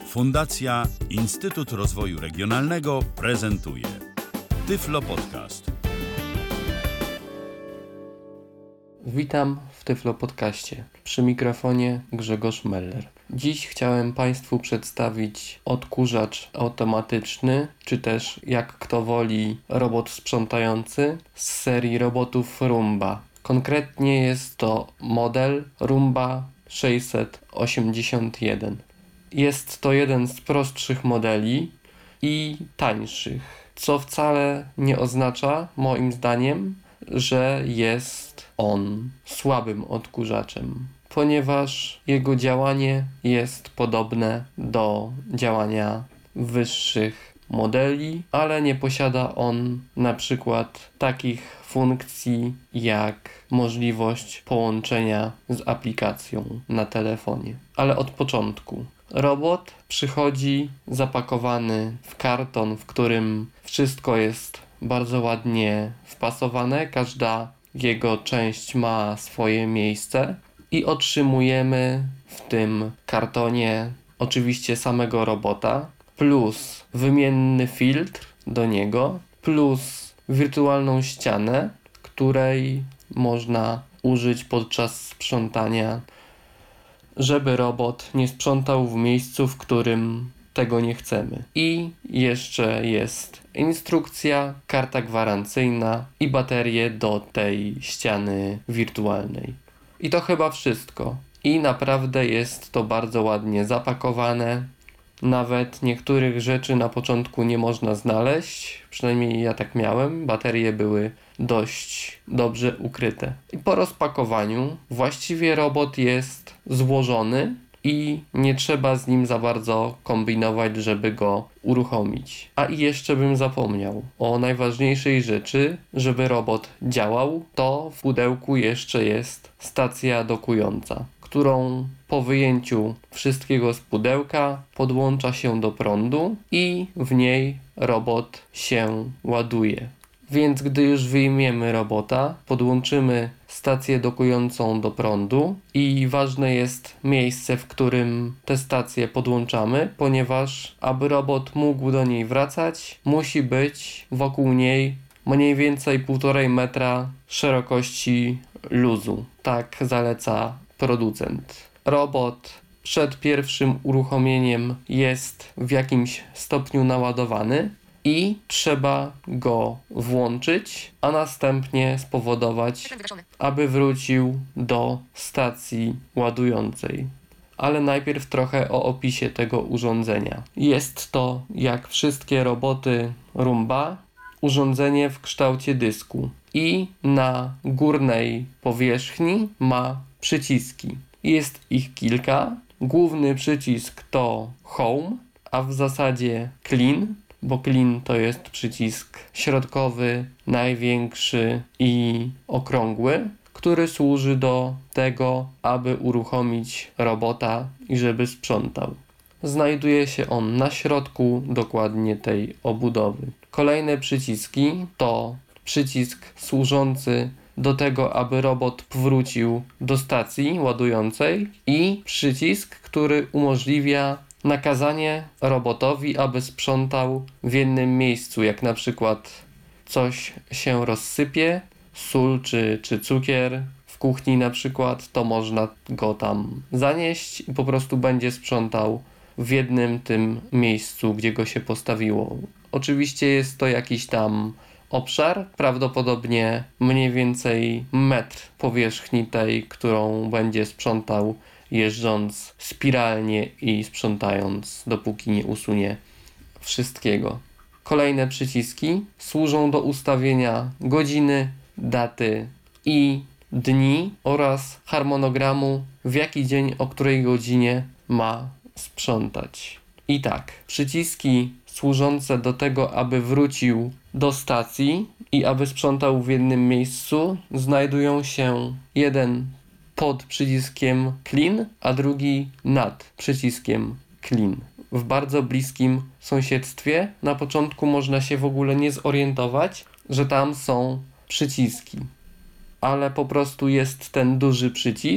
Fundacja Instytut Rozwoju Regionalnego prezentuje Tyflo Podcast. Witam w Tyflo Podcaście. Przy mikrofonie Grzegorz Meller. Dziś chciałem Państwu przedstawić odkurzacz automatyczny, czy też jak kto woli robot sprzątający z serii robotów Roomba. Konkretnie jest to model Roomba 681. Jest to jeden z prostszych modeli i tańszych, co wcale nie oznacza, moim zdaniem, że jest on słabym odkurzaczem, ponieważ jego działanie jest podobne do działania wyższych modeli, ale nie posiada on na przykład takich funkcji jak możliwość połączenia z aplikacją na telefonie. Ale od początku. Robot przychodzi zapakowany w karton, w którym wszystko jest bardzo ładnie wpasowane, każda jego część ma swoje miejsce i otrzymujemy w tym kartonie oczywiście samego robota, plus wymienny filtr do niego, plus wirtualną ścianę, której można użyć podczas sprzątania, żeby robot nie sprzątał w miejscu, w którym tego nie chcemy. I jeszcze jest instrukcja, karta gwarancyjna i baterie do tej ściany wirtualnej. I to chyba wszystko. I naprawdę jest to bardzo ładnie zapakowane. Nawet niektórych rzeczy na początku nie można znaleźć, przynajmniej ja tak miałem. Baterie były dość dobrze ukryte. I po rozpakowaniu właściwie robot jest złożony i nie trzeba z nim za bardzo kombinować, żeby go uruchomić. A i jeszcze bym zapomniał o najważniejszej rzeczy, żeby robot działał, to w pudełku jeszcze jest stacja dokująca, którą po wyjęciu wszystkiego z pudełka podłącza się do prądu i w niej robot się ładuje. Więc gdy już wyjmiemy robota, podłączymy stację dokującą do prądu i ważne jest miejsce, w którym tę stację podłączamy, ponieważ aby robot mógł do niej wracać, musi być wokół niej mniej więcej 1,5 metra szerokości luzu. Tak zaleca producent. Robot przed pierwszym uruchomieniem jest w jakimś stopniu naładowany i trzeba go włączyć, a następnie spowodować, aby wrócił do stacji ładującej. Ale najpierw trochę o opisie tego urządzenia. Jest to, jak wszystkie roboty Roomba, urządzenie w kształcie dysku i na górnej powierzchni ma przyciski. Jest ich kilka. Główny przycisk to Home, a w zasadzie Clean, bo Clean to jest przycisk środkowy, największy i okrągły, który służy do tego, aby uruchomić robota i żeby sprzątał. Znajduje się on na środku dokładnie tej obudowy. Kolejne przyciski to przycisk służący do tego, aby robot powrócił do stacji ładującej i przycisk, który umożliwia nakazanie robotowi, aby sprzątał w jednym miejscu, jak na przykład coś się rozsypie, sól czy cukier w kuchni na przykład, to można go tam zanieść i po prostu będzie sprzątał w jednym tym miejscu, gdzie go się postawiło. Oczywiście jest to jakiś tam obszar, prawdopodobnie mniej więcej metr powierzchni tej, którą będzie sprzątał, jeżdżąc spiralnie i sprzątając, dopóki nie usunie wszystkiego. Kolejne przyciski służą do ustawienia godziny, daty i dni oraz harmonogramu, w jaki dzień, o której godzinie ma sprzątać. I tak, przyciski służące do tego, aby wrócił do stacji i aby sprzątał w jednym miejscu, znajdują się jeden pod przyciskiem Clean, a drugi nad przyciskiem Clean. W bardzo bliskim sąsiedztwie. Na początku można się w ogóle nie zorientować, że tam są przyciski. Ale po prostu jest ten duży przycisk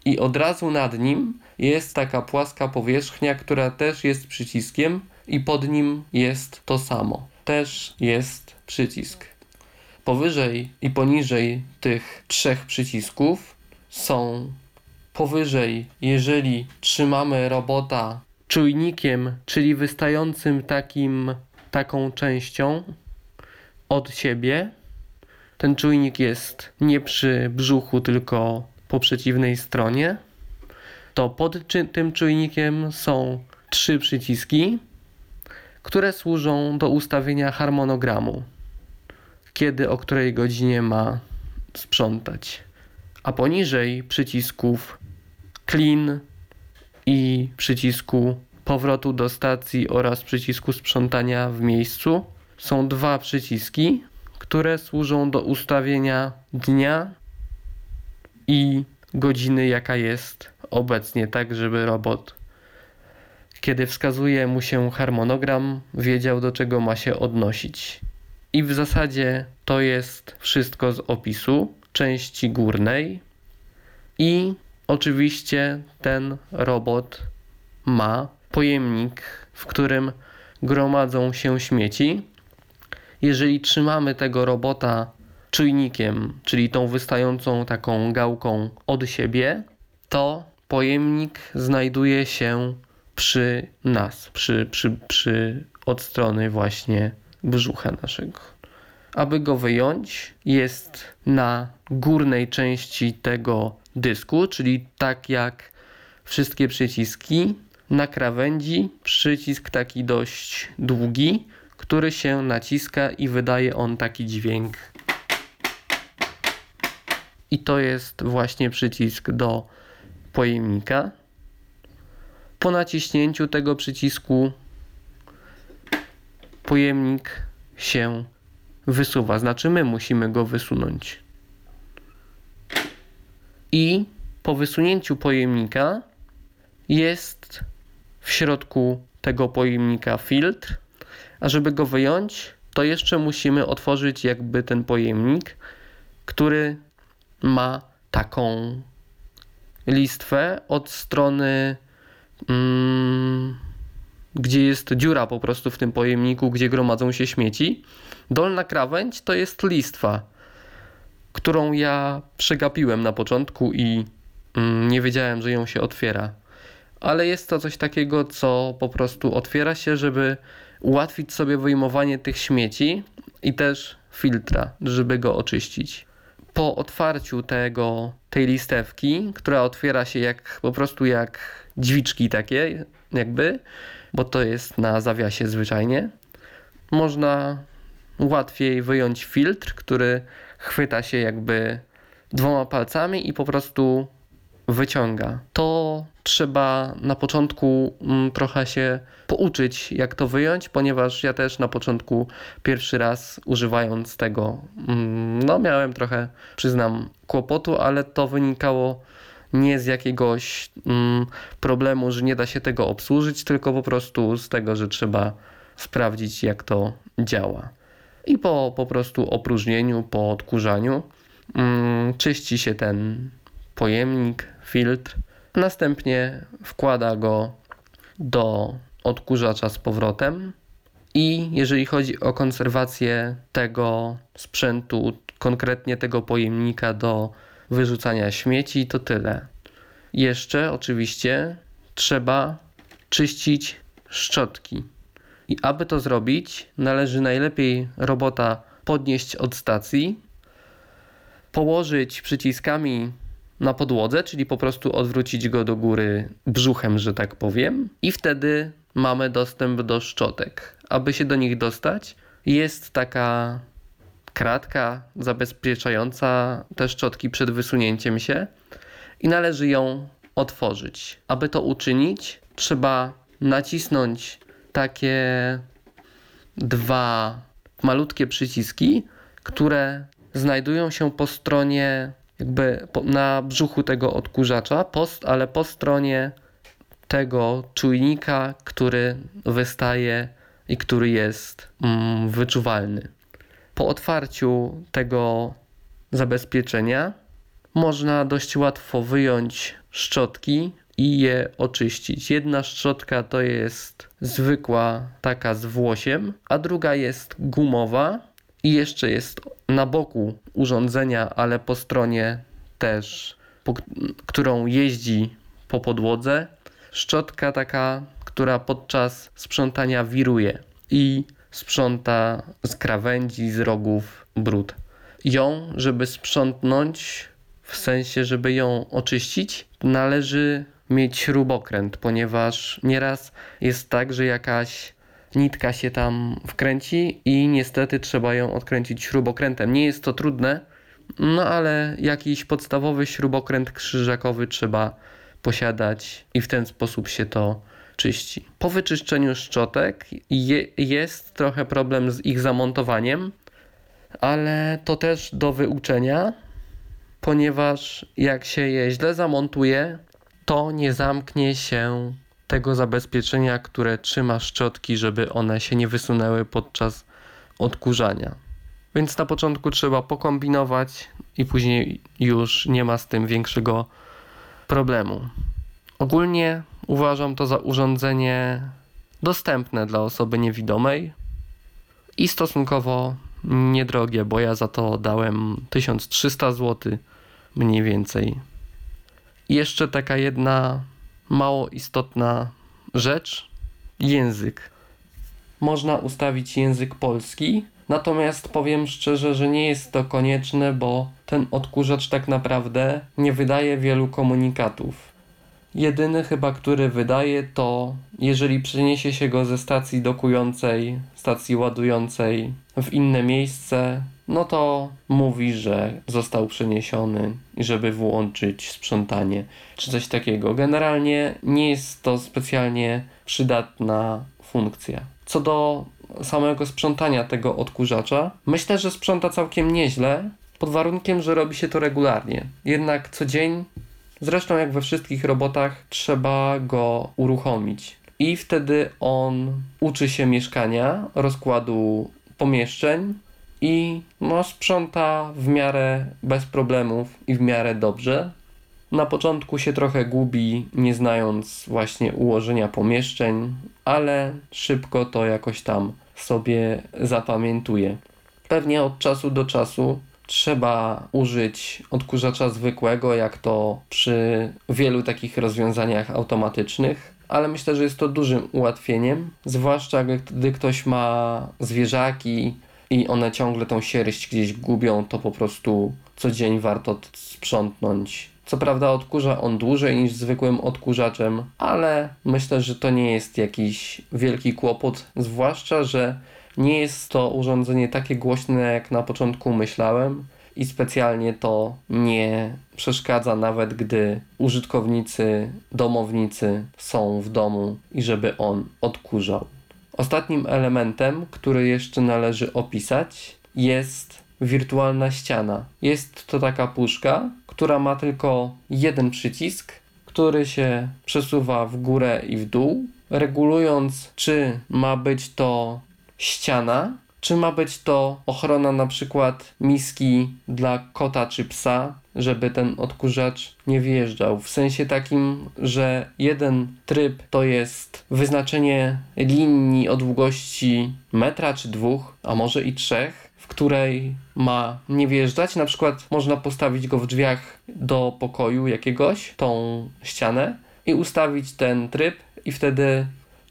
I od razu nad nim jest taka płaska powierzchnia, która też jest przyciskiem i pod nim jest to samo. Też jest przycisk. Powyżej i poniżej tych 3 przycisków są powyżej, jeżeli trzymamy robota czujnikiem, czyli wystającym taką częścią od siebie. Ten czujnik jest nie przy brzuchu, tylko po przeciwnej stronie. To pod tym czujnikiem są 3 przyciski, które służą do ustawienia harmonogramu, kiedy o której godzinie ma sprzątać. A poniżej przycisków clean i przycisku powrotu do stacji oraz przycisku sprzątania w miejscu są 2 przyciski, które służą do ustawienia dnia i godziny, jaka jest obecnie, tak żeby robot, kiedy wskazuje mu się harmonogram, wiedział, do czego ma się odnosić. I w zasadzie to jest wszystko z opisu części górnej. I oczywiście ten robot ma pojemnik, w którym gromadzą się śmieci. Jeżeli trzymamy tego robota czujnikiem, czyli tą wystającą taką gałką od siebie, to pojemnik znajduje się przy nas, od strony właśnie brzucha naszego. Aby go wyjąć, jest na górnej części tego dysku, czyli tak jak wszystkie przyciski, na krawędzi przycisk taki dość długi, który się naciska i wydaje on taki dźwięk. I to jest właśnie przycisk do pojemnika. Po naciśnięciu tego przycisku pojemnik się wysuwa, znaczy my musimy go wysunąć. I po wysunięciu pojemnika jest w środku tego pojemnika filtr, a żeby go wyjąć, to jeszcze musimy otworzyć jakby ten pojemnik, który ma taką listwę od strony, gdzie jest dziura po prostu w tym pojemniku, gdzie gromadzą się śmieci. Dolna krawędź to jest listwa, którą ja przegapiłem na początku i nie wiedziałem, że ją się otwiera. Ale jest to coś takiego, co po prostu otwiera się, żeby ułatwić sobie wyjmowanie tych śmieci i też filtra, żeby go oczyścić. Po otwarciu tej listewki, która otwiera się po prostu jak drzwiczki takie jakby, bo to jest na zawiasie zwyczajnie, można łatwiej wyjąć filtr, który chwyta się jakby 2 palcami i po prostu wyciąga. To trzeba na początku trochę się pouczyć, jak to wyjąć, ponieważ ja też na początku pierwszy raz używając tego, miałem trochę, przyznam, kłopotu, ale to wynikało nie z jakiegoś problemu, że nie da się tego obsłużyć, tylko po prostu z tego, że trzeba sprawdzić, jak to działa. I po prostu opróżnieniu, po odkurzaniu czyści się ten pojemnik, filtr. Następnie wkłada go do odkurzacza z powrotem i jeżeli chodzi o konserwację tego sprzętu, konkretnie tego pojemnika do wyrzucania śmieci, to tyle. Jeszcze oczywiście trzeba czyścić szczotki. I aby to zrobić, należy najlepiej robota podnieść od stacji, położyć przyciskami na podłodze, czyli po prostu odwrócić go do góry brzuchem, że tak powiem, i wtedy mamy dostęp do szczotek. Aby się do nich dostać, jest taka kratka zabezpieczająca te szczotki przed wysunięciem się i należy ją otworzyć. Aby to uczynić, trzeba nacisnąć takie 2 malutkie przyciski, które znajdują się po stronie, jakby na brzuchu tego odkurzacza, ale po stronie tego czujnika, który wystaje i który jest wyczuwalny. Po otwarciu tego zabezpieczenia można dość łatwo wyjąć szczotki i je oczyścić. Jedna szczotka to jest zwykła, taka z włosiem, a druga jest gumowa i jeszcze jest na boku urządzenia, ale po stronie też, którą jeździ po podłodze, szczotka taka, która podczas sprzątania wiruje i sprząta z krawędzi, z rogów brud. Ją, żeby sprzątnąć, w sensie, żeby ją oczyścić, należy mieć śrubokręt, ponieważ nieraz jest tak, że jakaś nitka się tam wkręci i niestety trzeba ją odkręcić śrubokrętem. Nie jest to trudne, no ale jakiś podstawowy śrubokręt krzyżakowy trzeba posiadać i w ten sposób się to czyści. Po wyczyszczeniu szczotek jest trochę problem z ich zamontowaniem, ale to też do wyuczenia, ponieważ jak się je źle zamontuje, to nie zamknie się tego zabezpieczenia, które trzyma szczotki, żeby one się nie wysunęły podczas odkurzania. Więc na początku trzeba pokombinować i później już nie ma z tym większego problemu. Ogólnie uważam to za urządzenie dostępne dla osoby niewidomej i stosunkowo niedrogie, bo ja za to dałem 1300 zł mniej więcej. I jeszcze taka jedna mało istotna rzecz. Język. Można ustawić język polski, natomiast powiem szczerze, że nie jest to konieczne, bo ten odkurzacz tak naprawdę nie wydaje wielu komunikatów. Jedyny chyba, który wydaje, to jeżeli przeniesie się go ze stacji dokującej, stacji ładującej w inne miejsce, no to mówi, że został przeniesiony i żeby włączyć sprzątanie czy coś takiego. Generalnie nie jest to specjalnie przydatna funkcja. Co do samego sprzątania tego odkurzacza, myślę, że sprząta całkiem nieźle, pod warunkiem, że robi się to regularnie. Jednak co dzień, zresztą jak we wszystkich robotach, trzeba go uruchomić. I wtedy on uczy się mieszkania, rozkładu pomieszczeń i sprząta w miarę bez problemów i w miarę dobrze. Na początku się trochę gubi, nie znając właśnie ułożenia pomieszczeń, ale szybko to jakoś tam sobie zapamiętuje. Pewnie od czasu do czasu trzeba użyć odkurzacza zwykłego, jak to przy wielu takich rozwiązaniach automatycznych, ale myślę, że jest to dużym ułatwieniem, zwłaszcza gdy ktoś ma zwierzaki i one ciągle tą sierść gdzieś gubią, to po prostu co dzień warto sprzątnąć. Co prawda odkurza on dłużej niż zwykłym odkurzaczem, ale myślę, że to nie jest jakiś wielki kłopot, zwłaszcza, że nie jest to urządzenie takie głośne, jak na początku myślałem i specjalnie to nie przeszkadza, nawet gdy użytkownicy, domownicy są w domu i żeby on odkurzał. Ostatnim elementem, który jeszcze należy opisać, jest wirtualna ściana. Jest to taka puszka, która ma tylko jeden przycisk, który się przesuwa w górę i w dół, regulując, czy ma być to ściana, czy ma być to ochrona na przykład miski dla kota czy psa, żeby ten odkurzacz nie wjeżdżał. W sensie takim, że jeden tryb to jest wyznaczenie linii o długości metra czy 2, a może i 3, w której ma nie wjeżdżać. Na przykład można postawić go w drzwiach do pokoju jakiegoś, tą ścianę, i ustawić ten tryb i wtedy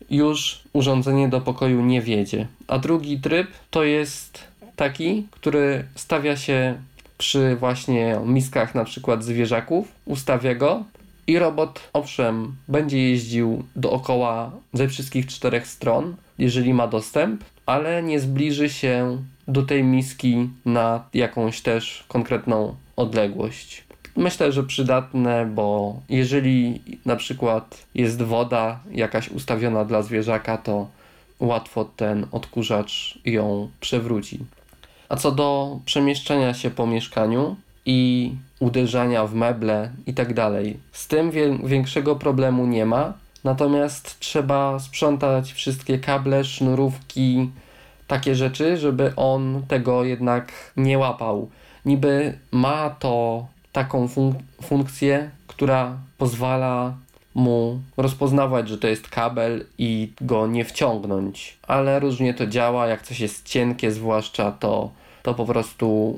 już urządzenie do pokoju nie wjedzie. A drugi tryb to jest taki, który stawia się przy właśnie miskach na przykład zwierzaków, ustawia go i robot owszem będzie jeździł dookoła ze wszystkich 4 stron, jeżeli ma dostęp, ale nie zbliży się do tej miski na jakąś też konkretną odległość. Myślę, że przydatne, bo jeżeli na przykład jest woda jakaś ustawiona dla zwierzaka, to łatwo ten odkurzacz ją przewróci. A co do przemieszczania się po mieszkaniu i uderzania w meble i tak dalej, z tym większego problemu nie ma, natomiast trzeba sprzątać wszystkie kable, sznurówki, takie rzeczy, żeby on tego jednak nie łapał. Niby ma to taką funkcję, która pozwala mu rozpoznawać, że to jest kabel i go nie wciągnąć. Ale różnie to działa, jak coś jest cienkie zwłaszcza, to po prostu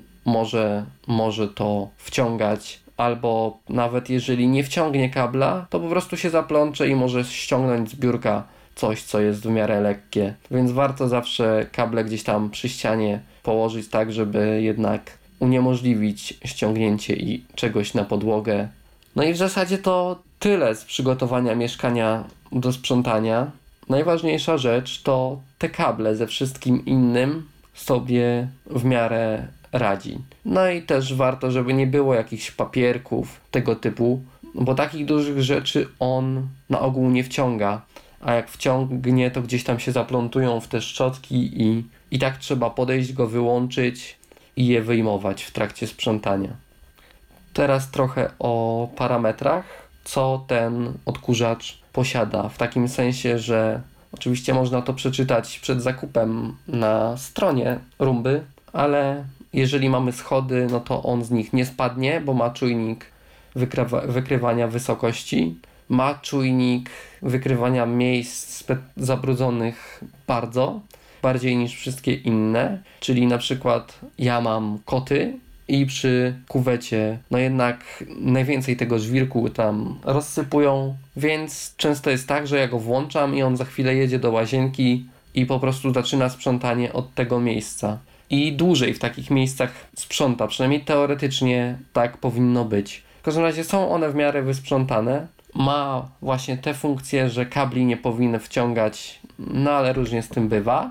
może to wciągać, albo nawet jeżeli nie wciągnie kabla, to po prostu się zaplącze i może ściągnąć z biurka coś, co jest w miarę lekkie. Więc warto zawsze kable gdzieś tam przy ścianie położyć tak, żeby jednak uniemożliwić ściągnięcie i czegoś na podłogę. No i w zasadzie to tyle z przygotowania mieszkania do sprzątania. Najważniejsza rzecz to te kable, ze wszystkim innym sobie w miarę radzi. No i też warto, żeby nie było jakichś papierków tego typu, bo takich dużych rzeczy on na ogół nie wciąga, a jak wciągnie, to gdzieś tam się zaplątują w te szczotki i tak trzeba podejść, go wyłączyć i je wyjmować w trakcie sprzątania. Teraz trochę o parametrach, co ten odkurzacz posiada, w takim sensie, że oczywiście można to przeczytać przed zakupem na stronie Roomby, ale jeżeli mamy schody, no to on z nich nie spadnie, bo ma czujnik wykrywania wysokości, ma czujnik wykrywania miejsc zabrudzonych bardziej niż wszystkie inne, czyli na przykład ja mam koty i przy kuwecie no jednak najwięcej tego żwirku tam rozsypują, więc często jest tak, że ja go włączam i on za chwilę jedzie do łazienki i po prostu zaczyna sprzątanie od tego miejsca. I dłużej w takich miejscach sprząta, przynajmniej teoretycznie tak powinno być. W każdym razie są one w miarę wysprzątane. Ma właśnie te funkcje, że kabli nie powinny wciągać, no ale różnie z tym bywa.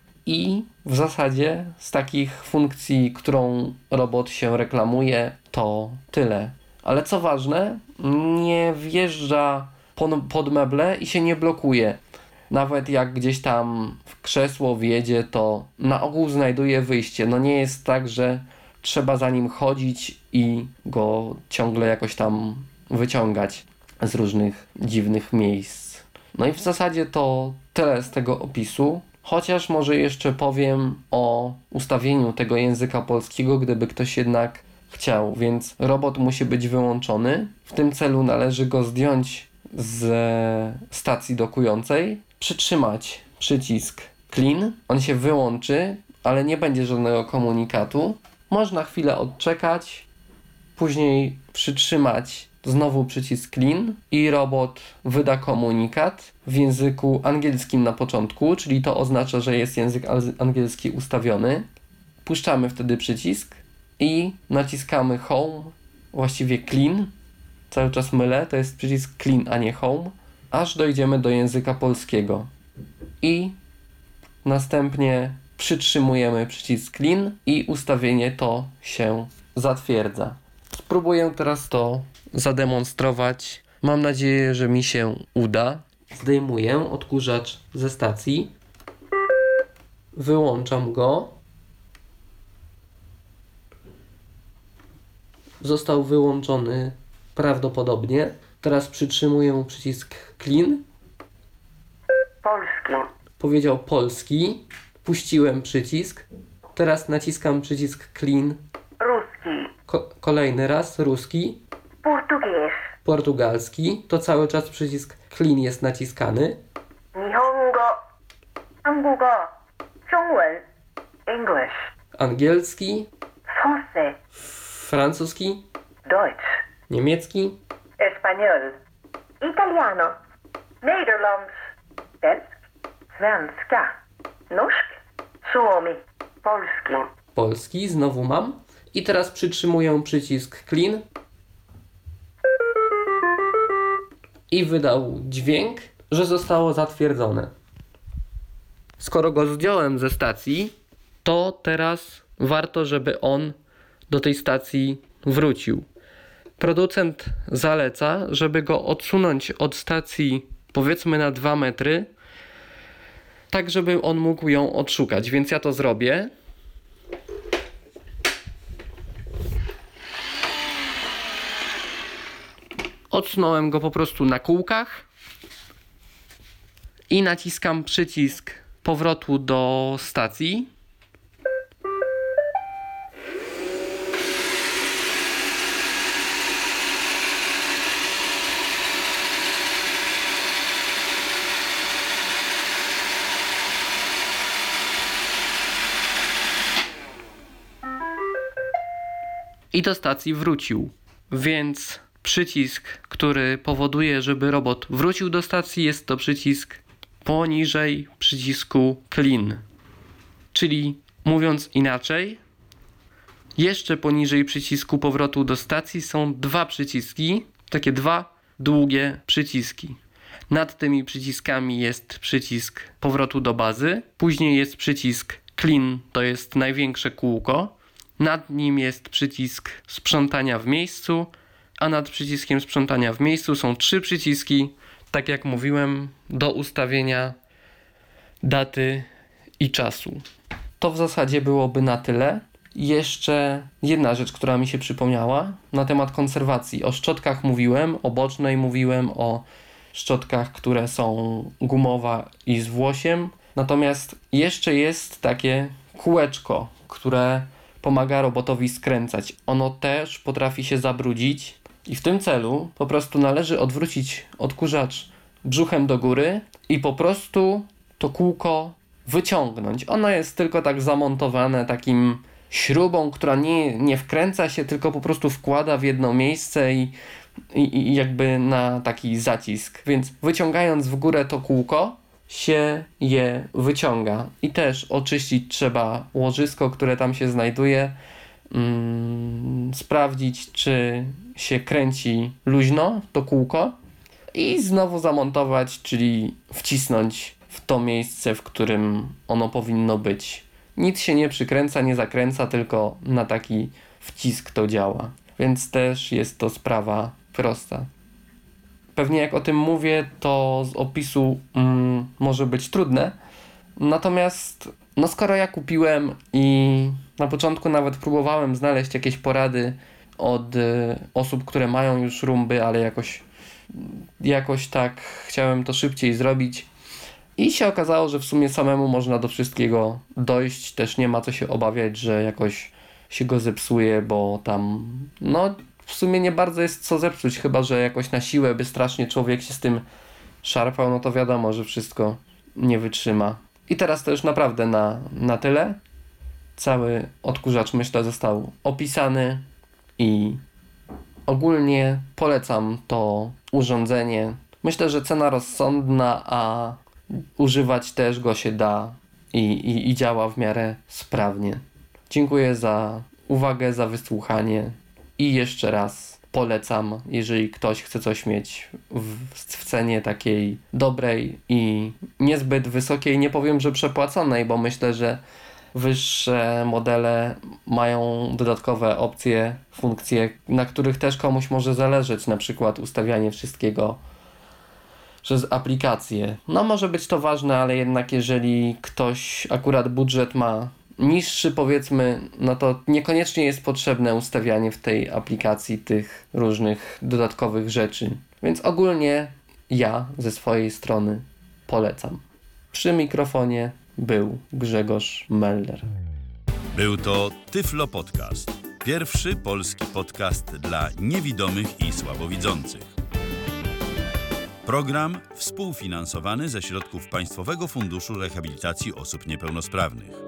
I w zasadzie z takich funkcji, którą robot się reklamuje, to tyle. Ale co ważne, nie wjeżdża pod meble i się nie blokuje. Nawet jak gdzieś tam w krzesło wjedzie, to na ogół znajduje wyjście. No nie jest tak, że trzeba za nim chodzić i go ciągle jakoś tam wyciągać z różnych dziwnych miejsc. No i w zasadzie to tyle z tego opisu. Chociaż może jeszcze powiem o ustawieniu tego języka polskiego, gdyby ktoś jednak chciał. Więc robot musi być wyłączony. W tym celu należy go zdjąć ze stacji dokującej, przytrzymać przycisk clean. On się wyłączy, ale nie będzie żadnego komunikatu. Można chwilę odczekać, później przytrzymać znowu przycisk clean i robot wyda komunikat w języku angielskim na początku, czyli to oznacza, że jest język angielski ustawiony. Puszczamy wtedy przycisk i naciskamy home, właściwie clean. Cały czas mylę, to jest przycisk clean, a nie home, aż dojdziemy do języka polskiego. I następnie przytrzymujemy przycisk clean i ustawienie to się zatwierdza. Spróbuję teraz to zademonstrować. Mam nadzieję, że mi się uda. Zdejmuję odkurzacz ze stacji. Wyłączam go. Został wyłączony prawdopodobnie. Teraz przytrzymuję przycisk clean. Polski. Powiedział polski. Puściłem przycisk. Teraz naciskam przycisk clean. Ruski. Kolejny raz ruski. Portugies. Portugalski. To cały czas przycisk clean jest naciskany. Nihongo. 한국어. 중文. English. Angielski. français. Francuski. Deutsch. Niemiecki. Español. Italiano. Nederlands. Belgisch. Svenska. Norsk. Suomi. Polski. Polski. Znowu mam. I teraz przytrzymuję przycisk clean. I wydał dźwięk, że zostało zatwierdzone. Skoro go zdjąłem ze stacji, to teraz warto, żeby on do tej stacji wrócił. Producent zaleca, żeby go odsunąć od stacji powiedzmy na 2 metry, tak żeby on mógł ją odszukać, więc ja to zrobię. Odsunąłem go po prostu na kółkach i naciskam przycisk powrotu do stacji. i do stacji wrócił. Więc przycisk, który powoduje, żeby robot wrócił do stacji, jest to przycisk poniżej przycisku clean. Czyli mówiąc inaczej, jeszcze poniżej przycisku powrotu do stacji są dwa przyciski, takie dwa długie przyciski. Nad tymi przyciskami jest przycisk powrotu do bazy, później jest przycisk clean, to jest największe kółko, nad nim jest przycisk sprzątania w miejscu, a nad przyciskiem sprzątania w miejscu są trzy przyciski, tak jak mówiłem, do ustawienia daty i czasu. To w zasadzie byłoby na tyle. Jeszcze jedna rzecz, która mi się przypomniała na temat konserwacji. O szczotkach mówiłem, o bocznej mówiłem, o szczotkach, które są gumowe i z włosiem. Natomiast jeszcze jest takie kółeczko, które pomaga robotowi skręcać. Ono też potrafi się zabrudzić i w tym celu po prostu należy odwrócić odkurzacz brzuchem do góry i po prostu to kółko wyciągnąć. Ono jest tylko tak zamontowane takim śrubą, która nie wkręca się, tylko po prostu wkłada w jedno miejsce i jakby na taki zacisk. Więc wyciągając w górę to kółko się je wyciąga. I też oczyścić trzeba łożysko, które tam się znajduje, sprawdzić, czy się kręci luźno to kółko i znowu zamontować, czyli wcisnąć w to miejsce, w którym ono powinno być. Nic się nie przykręca, nie zakręca, tylko na taki wcisk to działa. Więc też jest to sprawa prosta. Pewnie jak o tym mówię, to z opisu może być trudne. Natomiast skoro ja kupiłem i na początku nawet próbowałem znaleźć jakieś porady od osób, które mają już rumby, ale jakoś tak chciałem to szybciej zrobić. I się okazało, że w sumie samemu można do wszystkiego dojść. Też nie ma co się obawiać, że jakoś się go zepsuje, bo tam w sumie nie bardzo jest co zepsuć, chyba że jakoś na siłę by strasznie człowiek się z tym szarpał, no to wiadomo, że wszystko nie wytrzyma. I teraz to już naprawdę na tyle. Cały odkurzacz, myślę, został opisany i ogólnie polecam to urządzenie. Myślę, że cena rozsądna, a używać też go się da i działa w miarę sprawnie. Dziękuję za uwagę, za wysłuchanie i jeszcze raz polecam, jeżeli ktoś chce coś mieć w cenie takiej dobrej i niezbyt wysokiej, nie powiem, że przepłaconej, bo myślę, że wyższe modele mają dodatkowe opcje, funkcje, na których też komuś może zależeć, na przykład ustawianie wszystkiego przez aplikację. Może być to ważne, ale jednak jeżeli ktoś akurat budżet ma niższy, powiedzmy, no to niekoniecznie jest potrzebne ustawianie w tej aplikacji tych różnych dodatkowych rzeczy. Więc ogólnie ja ze swojej strony polecam. Przy mikrofonie był Grzegorz Meller. Był to Tyflo Podcast. Pierwszy polski podcast dla niewidomych i słabowidzących. Program współfinansowany ze środków Państwowego Funduszu Rehabilitacji Osób Niepełnosprawnych.